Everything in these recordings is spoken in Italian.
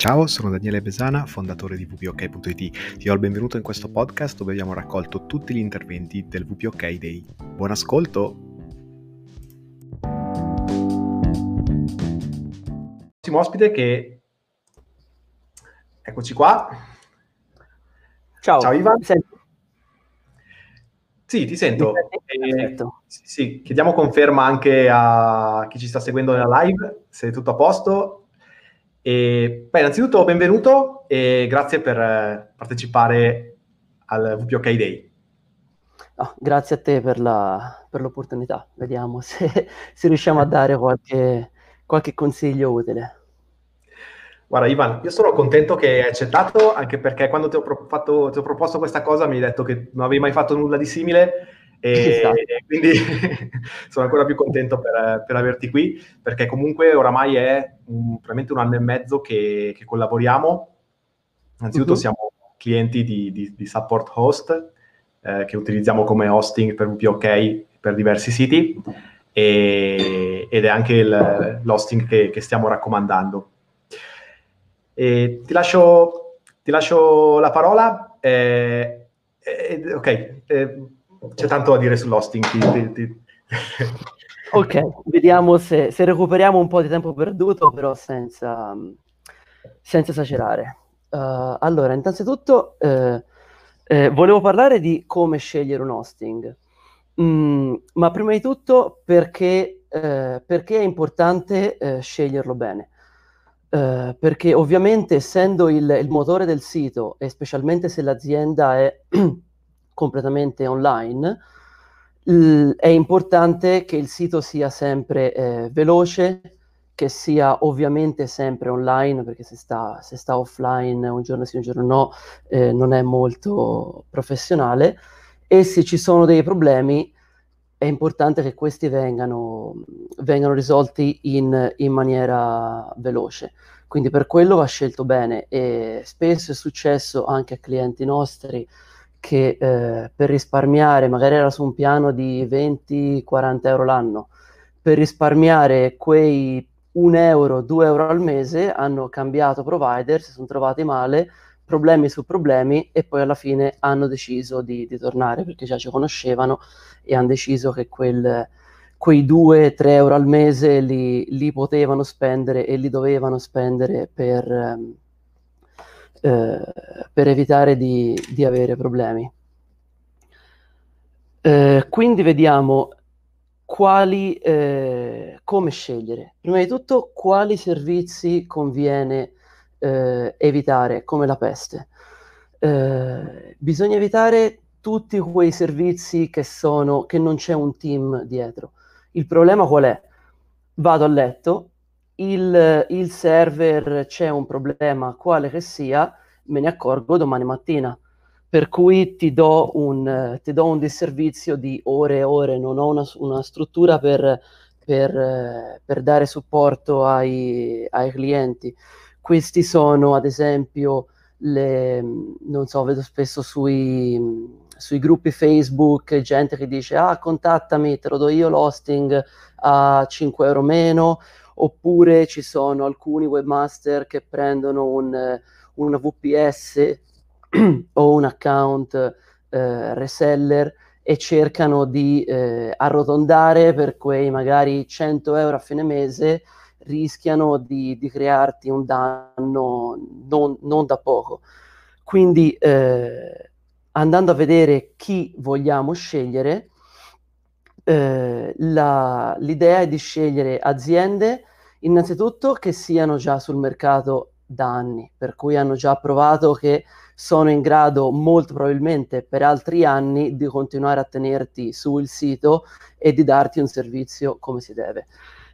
Ciao, sono Daniele Besana, fondatore di wpok.it. Ti do il benvenuto in questo podcast dove abbiamo raccolto tutti gli interventi del WPOK Day. Buon ascolto! Prossimo ospite che... Eccoci qua. Ciao Ivan. Mi senti? Sì, ti sento. Perfetto. Sì, chiediamo conferma anche a chi ci sta seguendo nella live, se è tutto a posto. Innanzitutto benvenuto e grazie per partecipare al WPOK Day. No, grazie a te per l'opportunità. Vediamo se riusciamo a dare qualche consiglio utile. Guarda Ivan, io sono contento che hai accettato, anche perché quando ti ho proposto questa cosa mi hai detto che non avevi mai fatto nulla di simile Esatto. e quindi sono ancora più contento per averti qui, perché comunque oramai è probabilmente 1 anno e mezzo che collaboriamo. Innanzitutto siamo clienti di Support Host, che utilizziamo come hosting per WPOK per diversi siti, ed è anche l'hosting che stiamo raccomandando. Ti lascio la parola. C'è tanto da dire sull'hosting. Ok, vediamo se recuperiamo un po' di tempo perduto, però senza esagerare. Allora, innanzitutto volevo parlare di come scegliere un hosting. Ma prima di tutto perché è importante sceglierlo bene. Perché ovviamente essendo il motore del sito, e specialmente se l'azienda è completamente online, è importante che il sito sia sempre veloce, che sia ovviamente sempre online, perché se sta offline un giorno sì, un giorno no, non è molto professionale, e se ci sono dei problemi è importante che questi vengano risolti in maniera veloce. Quindi per quello va scelto bene, e spesso è successo anche a clienti nostri che per risparmiare, magari era su un piano di 20-40 euro l'anno, per risparmiare quei 1 euro, 2 euro al mese hanno cambiato provider, si sono trovati male, problemi su problemi, e poi alla fine hanno deciso di tornare perché già ci conoscevano e hanno deciso che quei 2-3 euro al mese li potevano spendere e li dovevano spendere per evitare di avere problemi. Quindi vediamo come scegliere. Prima di tutto, quali servizi conviene evitare come la peste. Bisogna evitare tutti quei servizi che non c'è un team dietro. Il problema qual è? Vado a letto, il server c'è un problema, quale che sia, me ne accorgo domani mattina. Per cui ti do un disservizio di ore e ore, non ho una struttura per dare supporto ai clienti. Questi sono, ad esempio, non so, vedo spesso sui gruppi Facebook gente che dice: ah, contattami, te lo do io l'hosting a 5 euro meno, oppure ci sono alcuni webmaster che prendono un VPS o un account reseller e cercano di arrotondare per quei magari 100 euro a fine mese, rischiano di crearti un danno non da poco. Quindi andando a vedere chi vogliamo scegliere, l'idea è di scegliere aziende innanzitutto che siano già sul mercato da anni, per cui hanno già provato che sono in grado molto probabilmente per altri anni di continuare a tenerti sul sito e di darti un servizio come si deve.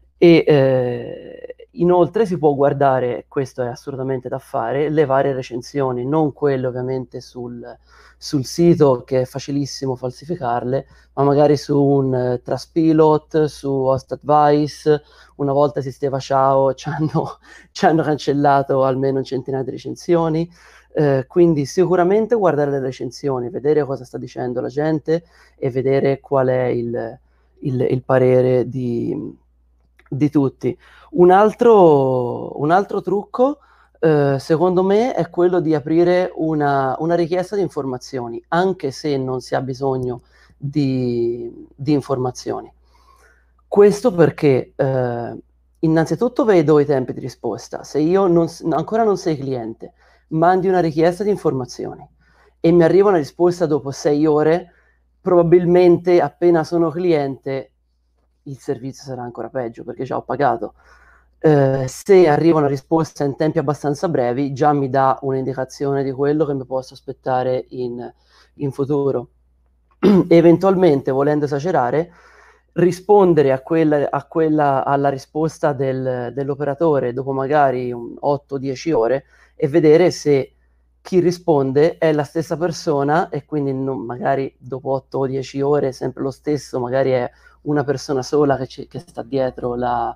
E inoltre si può guardare, questo è assolutamente da fare, le varie recensioni, non quelle ovviamente sul sito, che è facilissimo falsificarle, ma magari su un Trustpilot, su HostAdvice. Una volta esisteva Ciao, ci hanno cancellato almeno un centinaio di recensioni. Quindi sicuramente guardare le recensioni, vedere cosa sta dicendo la gente e vedere qual è il parere di tutti. Un altro trucco secondo me è quello di aprire una richiesta di informazioni, anche se non si ha bisogno di informazioni. Questo perché innanzitutto vedo i tempi di risposta. Se io ancora non sei cliente, mandi una richiesta di informazioni e mi arriva una risposta dopo 6 ore, probabilmente appena sono cliente il servizio sarà ancora peggio perché già ho pagato. Se arriva una risposta in tempi abbastanza brevi, già mi dà un'indicazione di quello che mi posso aspettare in futuro. Eventualmente, volendo esagerare, rispondere alla risposta dell'operatore dopo magari 8-10 ore e vedere se chi risponde è la stessa persona e quindi magari dopo 8 o 10 ore sempre lo stesso, magari è una persona sola che sta dietro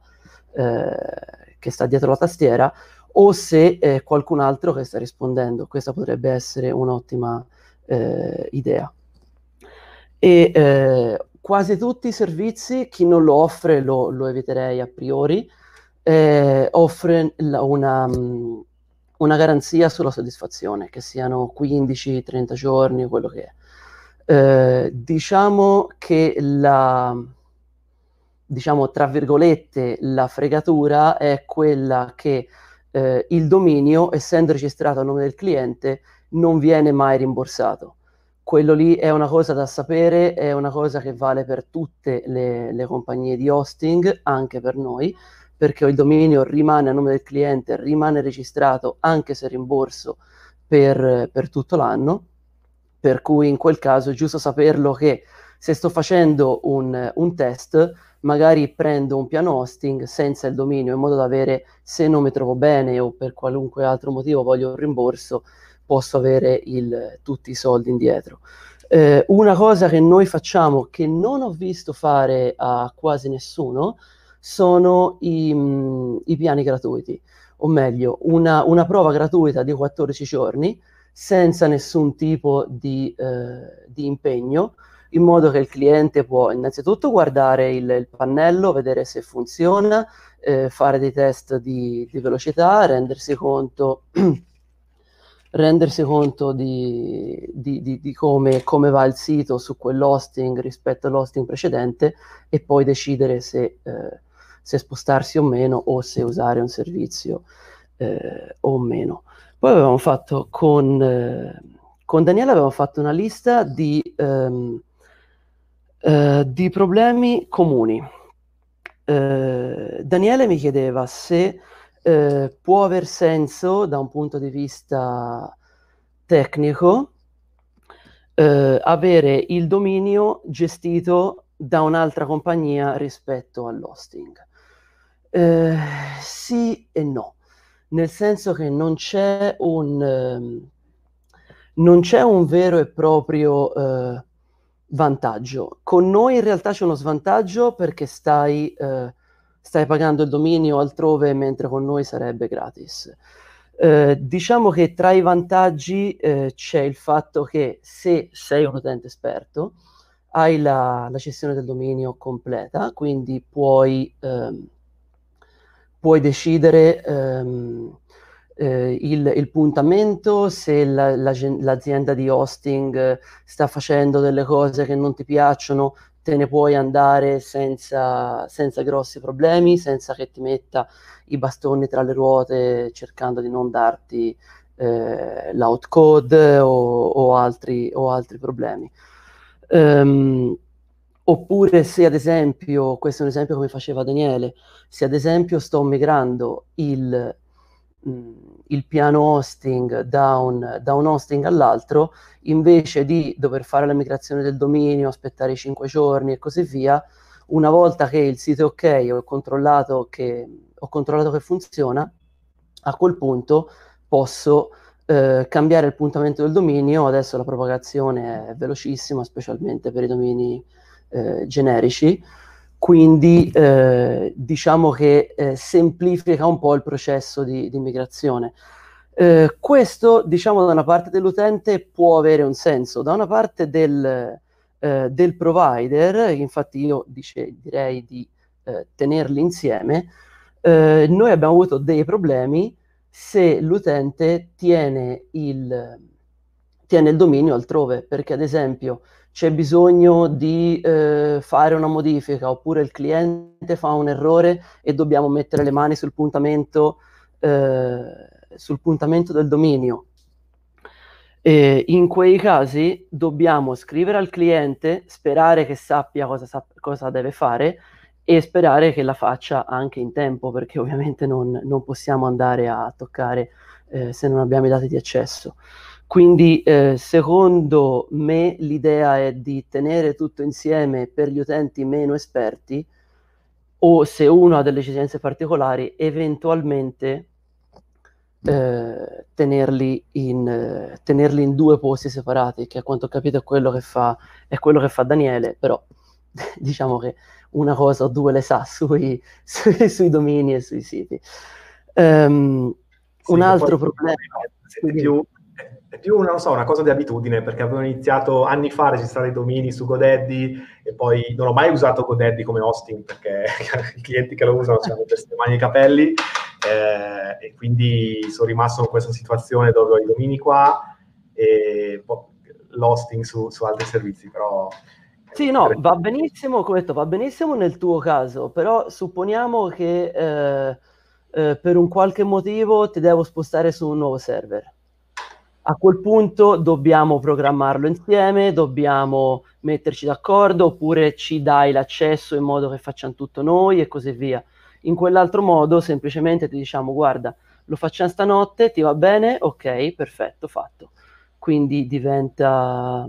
che sta dietro la tastiera, o se è qualcun altro che sta rispondendo. Questa potrebbe essere un'ottima idea. E quasi tutti i servizi, chi non lo offre lo eviterei a priori, offre una garanzia sulla soddisfazione, che siano 15-30 giorni, quello che è. Diciamo che diciamo tra virgolette, la fregatura è quella che il dominio, essendo registrato a nome del cliente, non viene mai rimborsato. Quello lì è una cosa da sapere, è una cosa che vale per tutte le compagnie di hosting, anche per noi, perché il dominio rimane a nome del cliente, rimane registrato anche se rimborso per tutto l'anno, per cui in quel caso è giusto saperlo che se sto facendo un test, magari prendo un piano hosting senza il dominio in modo da avere, se non mi trovo bene o per qualunque altro motivo voglio un rimborso, posso avere tutti i soldi indietro. Una cosa che noi facciamo, che non ho visto fare a quasi nessuno, sono i piani gratuiti, o meglio, una prova gratuita di 14 giorni, senza nessun tipo di impegno, in modo che il cliente può innanzitutto guardare il pannello, vedere se funziona, fare dei test di velocità, rendersi conto di come va il sito su quell'hosting rispetto all'hosting precedente e poi decidere se spostarsi o meno o se usare un servizio o meno. Poi avevamo fatto con Daniele avevamo fatto una lista di problemi comuni. Daniele mi chiedeva se può aver senso da un punto di vista tecnico avere il dominio gestito da un'altra compagnia rispetto all'hosting. Sì e no, nel senso che non c'è un vero e proprio vantaggio. Con noi in realtà c'è uno svantaggio perché stai pagando il dominio altrove mentre con noi sarebbe gratis. Diciamo che tra i vantaggi c'è il fatto che se sei un utente esperto hai la gestione del dominio completa, quindi puoi decidere il puntamento, se l'azienda di hosting sta facendo delle cose che non ti piacciono, te ne puoi andare senza grossi problemi, senza che ti metta i bastoni tra le ruote cercando di non darti l'outcode o altri problemi. Oppure se ad esempio, questo è un esempio come faceva Daniele, se ad esempio sto migrando il piano hosting da un hosting all'altro, invece di dover fare la migrazione del dominio, aspettare i 5 giorni e così via, una volta che il sito è ok, ho controllato che funziona, a quel punto posso cambiare il puntamento del dominio. Adesso la propagazione è velocissima, specialmente per i domini generici, quindi diciamo che semplifica un po' il processo di migrazione. Questo, diciamo, da una parte dell'utente può avere un senso, da una parte del provider, infatti io direi di tenerli insieme. Noi abbiamo avuto dei problemi se l'utente tiene il dominio altrove, perché ad esempio c'è bisogno di fare una modifica, oppure il cliente fa un errore e dobbiamo mettere le mani sul puntamento del dominio. E in quei casi dobbiamo scrivere al cliente, sperare che sappia cosa deve fare e sperare che la faccia anche in tempo, perché ovviamente non possiamo andare a toccare se non abbiamo i dati di accesso. Quindi secondo me l'idea è di tenere tutto insieme per gli utenti meno esperti, o se uno ha delle esigenze particolari, eventualmente tenerli in 2 posti separati, che a quanto ho capito è quello che fa Daniele, però diciamo che una cosa o due le sa sui domini e sui siti. Sì, un altro problema è più non so, una cosa di abitudine, perché avevo iniziato anni fa a registrare i domini su GoDaddy e poi non ho mai usato GoDaddy come hosting perché i clienti che lo usano si hanno per le mani e i capelli, e quindi sono rimasto in questa situazione dove ho i domini qua e l'hosting su altri servizi, però... Sì, no, va benissimo, come detto, va benissimo nel tuo caso, però supponiamo che per un qualche motivo ti devo spostare su un nuovo server. A quel punto dobbiamo programmarlo insieme, dobbiamo metterci d'accordo, oppure ci dai l'accesso in modo che facciamo tutto noi e così via. In quell'altro modo semplicemente ti diciamo: guarda, lo facciamo stanotte, ti va bene? Ok, perfetto, fatto. Quindi diventa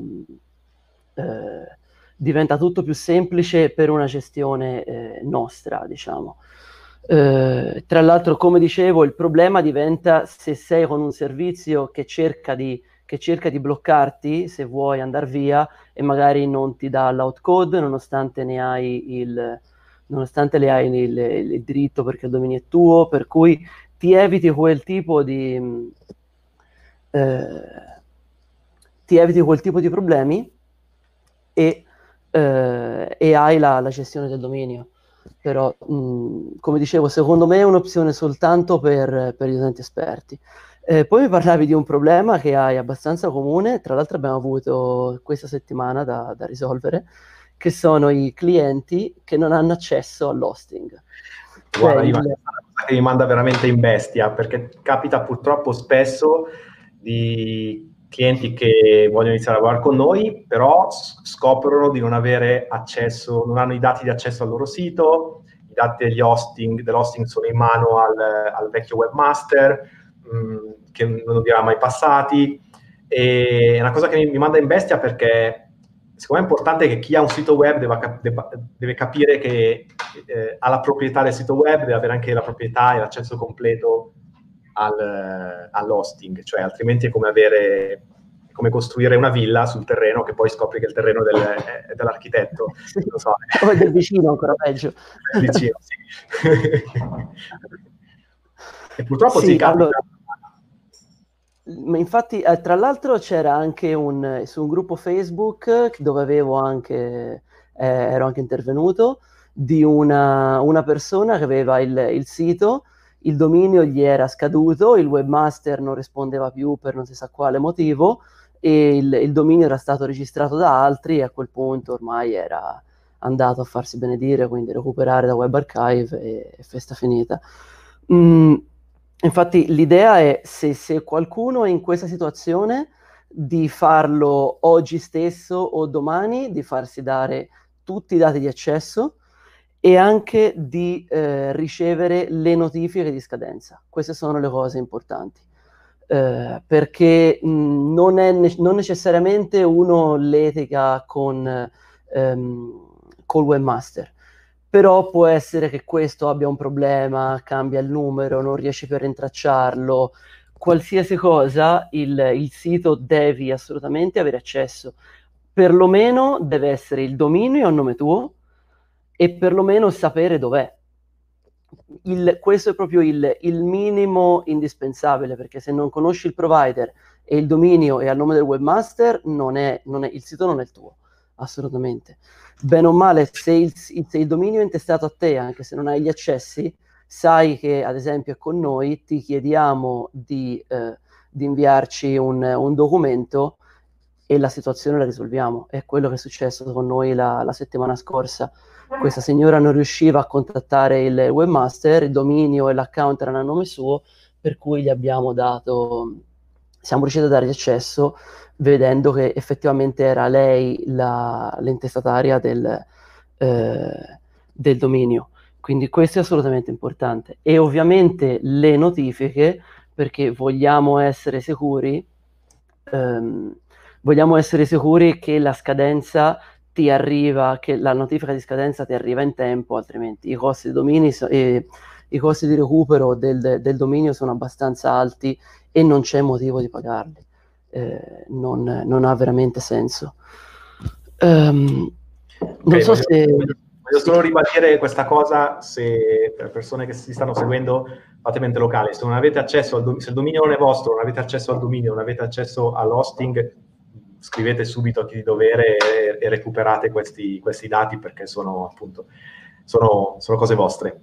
tutto più semplice per una gestione nostra, diciamo. Tra l'altro, come dicevo, il problema diventa se sei con un servizio che cerca di bloccarti se vuoi andare via e magari non ti dà l'outcode nonostante ne hai il diritto, perché il dominio è tuo, per cui ti eviti quel tipo di problemi e hai la gestione del dominio. Però, come dicevo, secondo me è un'opzione soltanto per gli utenti esperti. Poi mi parlavi di un problema che hai abbastanza comune, tra l'altro abbiamo avuto questa settimana da risolvere, che sono i clienti che non hanno accesso all'hosting. Guarda, è una cosa che mi manda veramente in bestia, perché capita purtroppo spesso di clienti che vogliono iniziare a lavorare con noi, però scoprono di non avere accesso, non hanno i dati di accesso al loro sito, i dati dell'hosting sono in mano al vecchio webmaster, che non li ha mai passati, e è una cosa che mi manda in bestia perché secondo me è importante che chi ha un sito web deve capire che ha la proprietà del sito web, deve avere anche la proprietà e l'accesso completo all'hosting, cioè altrimenti è come costruire una villa sul terreno che poi scopri che il terreno è dell'architetto. Non so. O è del vicino, ancora peggio. Del vicino, sì. E purtroppo sì, si capita... Allora, infatti, tra l'altro c'era anche su un gruppo Facebook dove ero anche intervenuto, di una persona che aveva il sito, il dominio gli era scaduto, il webmaster non rispondeva più per non si sa quale motivo, e il dominio era stato registrato da altri, e a quel punto ormai era andato a farsi benedire, quindi recuperare da Web Archive e festa finita. Infatti l'idea è, se qualcuno è in questa situazione, di farlo oggi stesso o domani, di farsi dare tutti i dati di accesso e anche di ricevere le notifiche di scadenza. Queste sono le cose importanti, perché non necessariamente uno litiga col webmaster, però può essere che questo abbia un problema, cambia il numero, non riesci più a rintracciarlo, qualsiasi cosa, il sito devi assolutamente avere accesso. Perlomeno deve essere il dominio a nome tuo e perlomeno sapere dov'è. Questo è proprio il minimo indispensabile, perché se non conosci il provider e il dominio è al nome del webmaster, il sito non è il tuo, assolutamente. Bene o male, se il dominio è intestato a te, anche se non hai gli accessi, sai che ad esempio è con noi, ti chiediamo di inviarci un documento e la situazione la risolviamo. È quello che è successo con noi la settimana scorsa. Questa signora non riusciva a contattare il webmaster, il dominio e l'account erano a nome suo, per cui siamo riusciti a dargli accesso, vedendo che effettivamente era lei l'intestataria del dominio. Quindi questo è assolutamente importante. E ovviamente le notifiche, perché vogliamo essere sicuri che la scadenza ti arriva, che la notifica di scadenza ti arriva in tempo, altrimenti i costi di domini e i costi di recupero del dominio sono abbastanza alti e non c'è motivo di pagarli. Non ha veramente senso. Non so se... Voglio solo ribadire questa cosa, se per persone che si stanno seguendo, fate mente locale. Se non avete accesso se il dominio non è vostro, non avete accesso al dominio, non avete accesso all'hosting, scrivete subito a chi di dovere e recuperate questi dati, perché sono appunto sono cose vostre.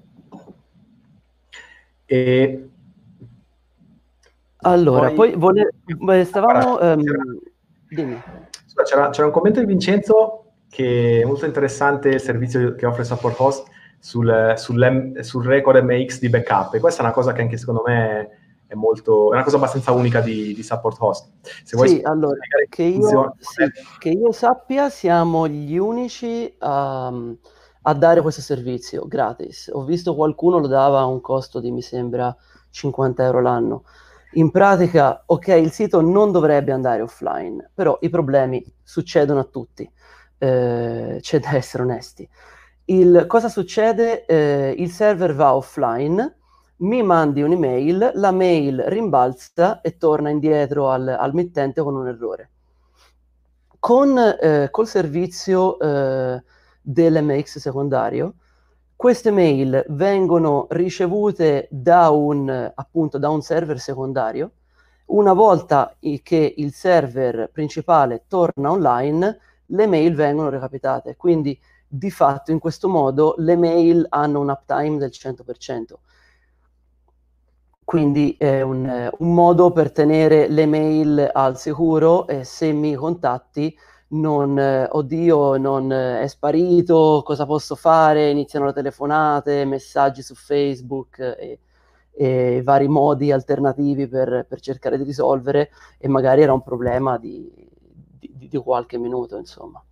Allora, poi stavamo... dimmi. C'era un commento di Vincenzo che è molto interessante, il servizio che offre Support Host sul record MX di backup, e questa è una cosa che anche secondo me è una cosa abbastanza unica di Support Host. Se vuoi sì, allora, che io sappia, siamo gli unici a dare questo servizio gratis. Ho visto qualcuno lo dava a un costo di, mi sembra, 50 euro l'anno. In pratica, ok, il sito non dovrebbe andare offline, però i problemi succedono a tutti, c'è da essere onesti. Cosa succede? Il server va offline, mi mandi un'email, la mail rimbalza e torna indietro al mittente con un errore. Col servizio dell'MX secondario, queste mail vengono ricevute da un server secondario. Una volta che il server principale torna online, le mail vengono recapitate. Quindi, di fatto, in questo modo, le mail hanno un uptime del 100%. Quindi è un modo per tenere le mail al sicuro, e se mi contatti oddio, non è sparito, cosa posso fare? Iniziano le telefonate, messaggi su Facebook e vari modi alternativi per cercare di risolvere, e magari era un problema di qualche minuto, insomma.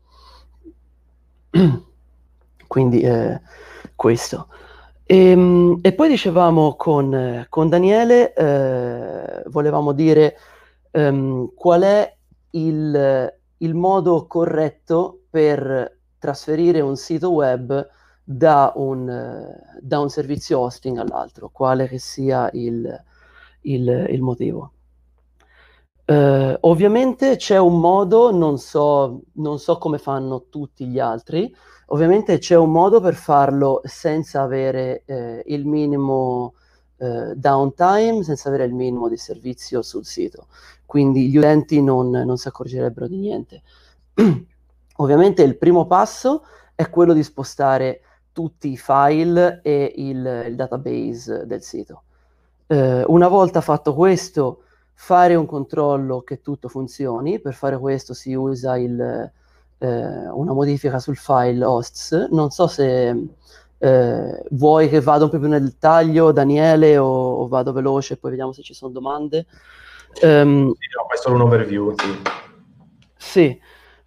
Quindi questo. E poi dicevamo con Daniele, volevamo dire qual è il modo corretto per trasferire un sito web da un servizio hosting all'altro, quale che sia il motivo. Ovviamente c'è un modo, non so come fanno tutti gli altri, ovviamente c'è un modo per farlo senza avere il minimo downtime, senza avere il minimo di servizio sul sito. Quindi gli utenti non si accorgerebbero di niente. Ovviamente il primo passo è quello di spostare tutti i file e il database del sito. Una volta fatto questo, fare un controllo che tutto funzioni. Per fare questo si usa una modifica sul file hosts. Non so se vuoi che vada un po' più nel dettaglio, Daniele, o vado veloce e poi vediamo se ci sono domande. Sì, no, questo è un overview. Sì.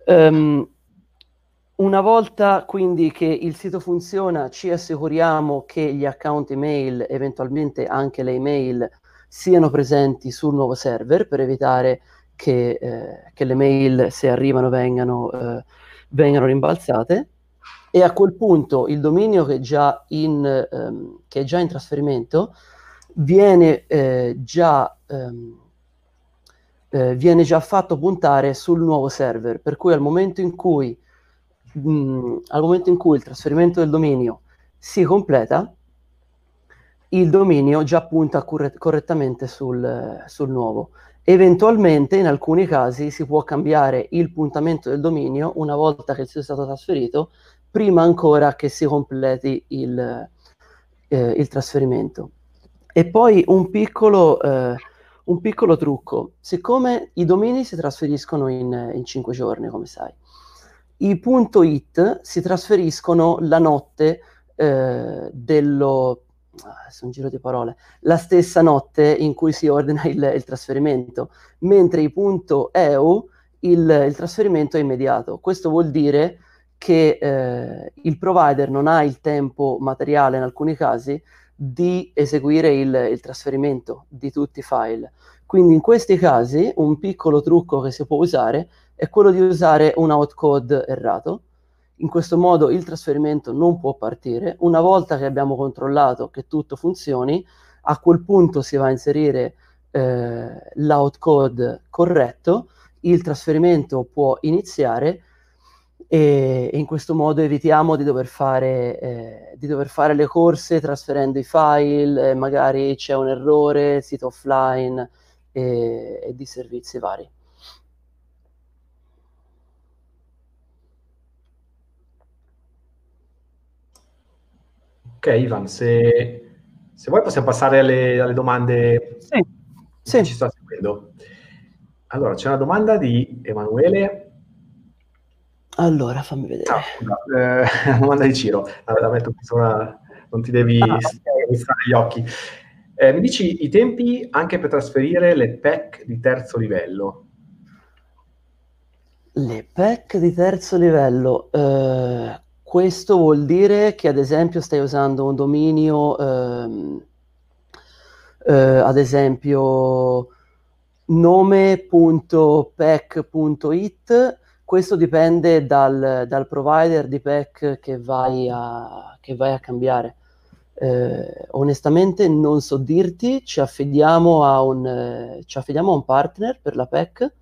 Una volta quindi che il sito funziona, ci assicuriamo che gli account email, eventualmente anche le email, siano presenti sul nuovo server, per evitare che le mail, se arrivano, vengano rimbalzate. E a quel punto il dominio che è già in trasferimento viene già fatto puntare sul nuovo server, per cui al momento in cui il trasferimento del dominio si completa, il dominio già punta correttamente sul nuovo. Eventualmente, in alcuni casi, si può cambiare il puntamento del dominio una volta che il sito è stato trasferito, prima ancora che si completi il trasferimento. E poi un piccolo trucco: siccome i domini si trasferiscono in 5 giorni, come sai, i .it si trasferiscono la notte è un giro di parole, la stessa notte in cui si ordina il trasferimento, mentre i .eu il trasferimento è immediato. Questo vuol dire che il provider non ha il tempo materiale in alcuni casi di eseguire il trasferimento di tutti i file. Quindi in questi casi un piccolo trucco che si può usare è quello di usare un outcode errato. In questo modo il trasferimento non può partire. Una volta che abbiamo controllato che tutto funzioni, a quel punto si va a inserire l'outcode corretto, il trasferimento può iniziare e in questo modo evitiamo di dover fare le corse trasferendo i file, magari c'è un errore, sito offline e di servizi vari. Ok, Ivan, se vuoi possiamo passare alle domande Sì, di sì. chi ci sta seguendo. Allora, c'è una domanda di Emanuele. Allora, fammi vedere. Una domanda di Ciro. La metto qui sopra, non ti devi stare gli occhi. Mi dici i tempi anche per trasferire le PEC di terzo livello? Le PEC di terzo livello, questo vuol dire che ad esempio stai usando un dominio, ad esempio nome.pec.it. Questo dipende dal provider di PEC che vai a cambiare. Onestamente non so dirti, ci affidiamo a un partner per la PEC.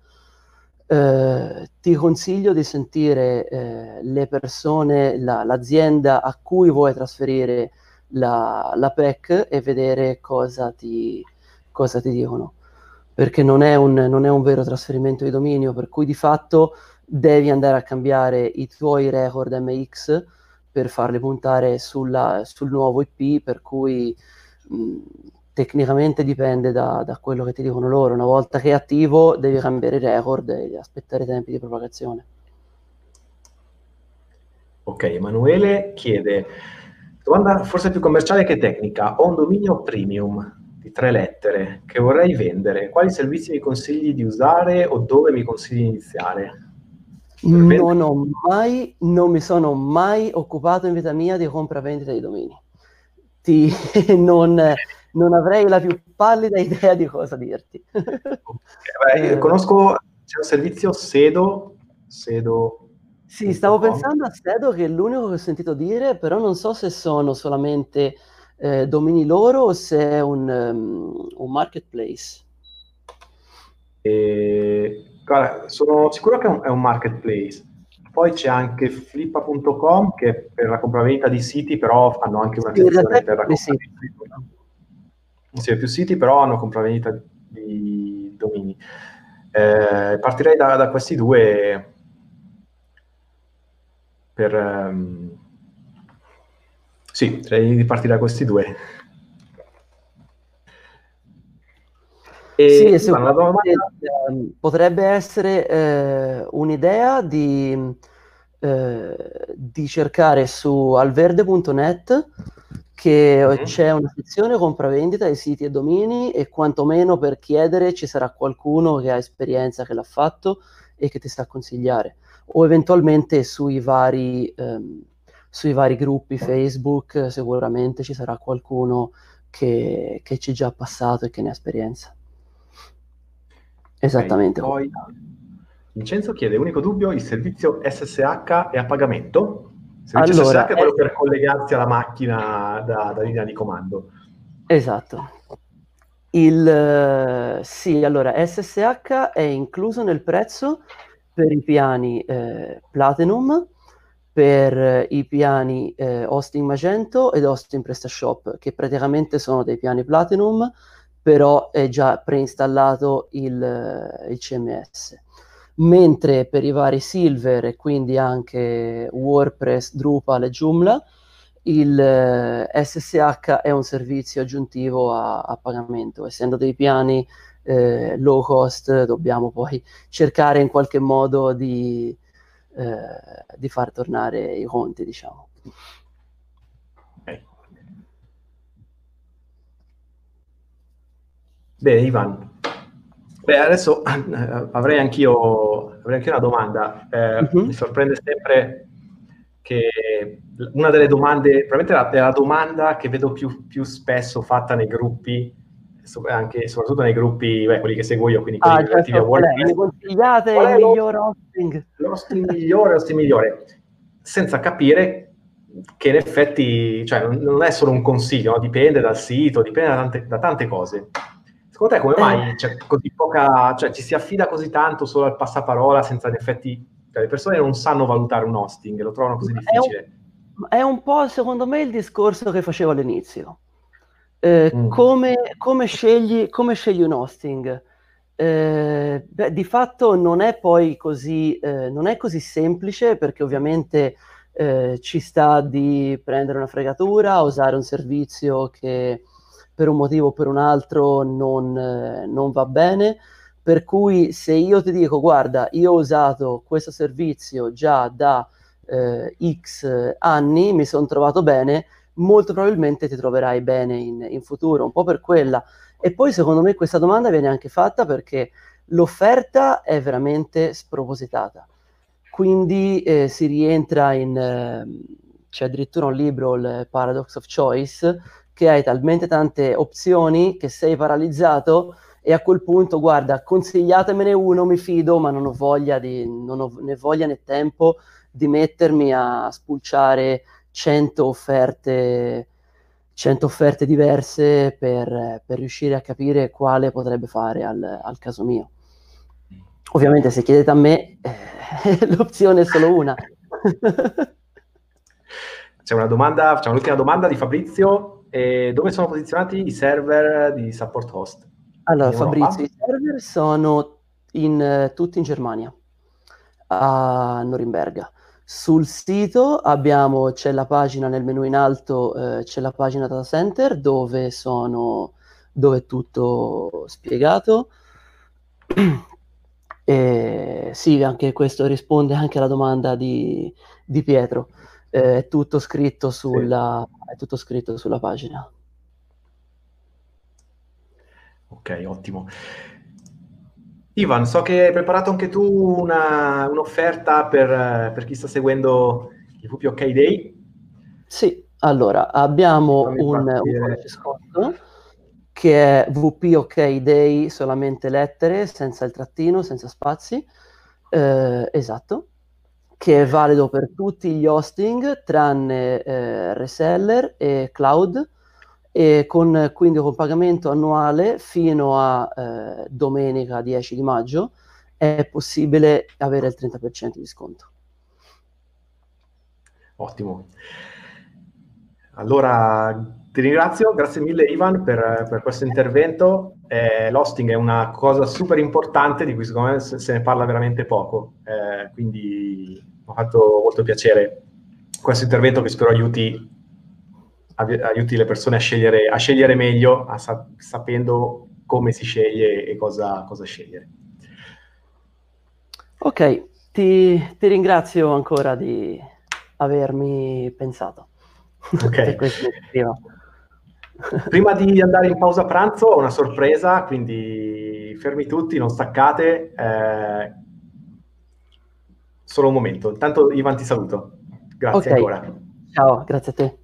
Ti consiglio di sentire le persone, l'azienda a cui vuoi trasferire la PEC e vedere cosa ti dicono, perché non è un vero trasferimento di dominio, per cui di fatto devi andare a cambiare i tuoi record MX per farli puntare sul nuovo IP, per cui tecnicamente dipende da quello che ti dicono loro. Una volta che è attivo devi cambiare i record e aspettare i tempi di propagazione. Ok, Emanuele chiede, domanda forse più commerciale che tecnica, ho un dominio premium di 3 lettere che vorrei vendere, quali servizi mi consigli di usare o dove mi consigli di iniziare? Non mi sono mai occupato in vita mia di compravendita di domini. Non avrei la più pallida idea di cosa dirti. Io conosco, c'è un servizio Sedo. Sì, stavo pensando a Sedo, che è l'unico che ho sentito dire, però non so se sono solamente domini loro o se è un marketplace. Guarda, sono sicuro che è un marketplace. Poi c'è anche flippa.com che è per la compravendita di siti, però hanno anche una sezione per la compravendita. Sì, più siti, però hanno compravendita di domini. Partirei da questi due sì, direi di partire da questi due. Sì, potrebbe essere un'idea di cercare su alverde.net, che c'è una sezione compravendita di siti e domini, e quantomeno per chiedere ci sarà qualcuno che ha esperienza, che l'ha fatto e che ti sa consigliare, o eventualmente sui vari gruppi Facebook sicuramente ci sarà qualcuno che ci è già passato e che ne ha esperienza. Esattamente. Okay, poi Vincenzo chiede, unico dubbio, il servizio SSH è a pagamento? Il servizio SSH è quello per collegarsi alla macchina da linea di comando. Esatto. Sì, allora SSH è incluso nel prezzo per i piani Platinum, per i piani Hosting Magento ed Hosting PrestaShop, che praticamente sono dei piani Platinum, però è già preinstallato il CMS. Mentre per i vari Silver e quindi anche WordPress, Drupal e Joomla il SSH è un servizio aggiuntivo a pagamento. Essendo dei piani low cost, dobbiamo poi cercare in qualche modo di far tornare i conti, diciamo. Okay. Bene, Ivan. Beh, adesso avrei anch'io una domanda. Mi sorprende sempre che una delle domande, probabilmente è la domanda che vedo più spesso fatta nei gruppi, anche soprattutto nei gruppi, quelli che seguo io, quindi quelli relativi a Qual è? WordPress. Mi consigliate Qual il è miglior hosting? l'hosting migliore? Senza capire che in effetti, cioè, non è solo un consiglio, no? Dipende dal sito, dipende da tante cose. Secondo te come mai c'è così poca, cioè ci si affida così tanto solo al passaparola senza in effetti, cioè, le persone non sanno valutare un hosting, lo trovano così difficile? È un po', secondo me, il discorso che facevo all'inizio. Come scegli un hosting? Di fatto non è poi così, non è così semplice, perché ovviamente ci sta di prendere una fregatura, usare un servizio che per un motivo o per un altro non va bene. Per cui se io ti dico, guarda, io ho usato questo servizio già da X anni, mi sono trovato bene, molto probabilmente ti troverai bene in futuro, un po' per quella. E poi secondo me questa domanda viene anche fatta perché l'offerta è veramente spropositata. Quindi si rientra c'è addirittura un libro, il Paradox of Choice, che hai talmente tante opzioni che sei paralizzato e a quel punto, guarda, consigliatemene uno, mi fido, ma non ho né voglia né tempo di mettermi a spulciare 100 offerte diverse per riuscire a capire quale potrebbe fare al caso mio. Ovviamente se chiedete a me, l'opzione è solo una. C'è una domanda, facciamo l'ultima domanda di Fabrizio. Dove sono posizionati i server di Support Host? Allora, Fabrizio, i server sono tutti in Germania, a Norimberga. Sul sito c'è la pagina nel menu in alto, c'è la pagina data center dove è tutto spiegato. E sì, anche questo risponde anche alla domanda di Pietro. È tutto scritto è tutto scritto sulla pagina. Ok, ottimo. Ivan, so che hai preparato anche tu un'offerta per chi sta seguendo il WP OK Day. Sì, allora abbiamo un codice sconto che è WP OK Day, solamente lettere, senza il trattino, senza spazi, esatto, che è valido per tutti gli hosting tranne reseller e cloud, e quindi con pagamento annuale fino a domenica 10 di maggio è possibile avere il 30% di sconto. Ottimo. Allora, ti ringrazio, grazie mille Ivan per questo intervento. L'hosting è una cosa super importante di cui secondo me se ne parla veramente poco, quindi mi ha fatto molto piacere questo intervento che spero aiuti le persone a scegliere meglio, sapendo come si sceglie e cosa scegliere. Ok, ti ringrazio ancora di avermi pensato. Ok. Per questa iniziativa. Prima di andare in pausa pranzo ho una sorpresa, quindi fermi tutti, non staccate. Solo un momento. Intanto Ivan ti saluto. Grazie Ok, ancora. ciao, grazie a te.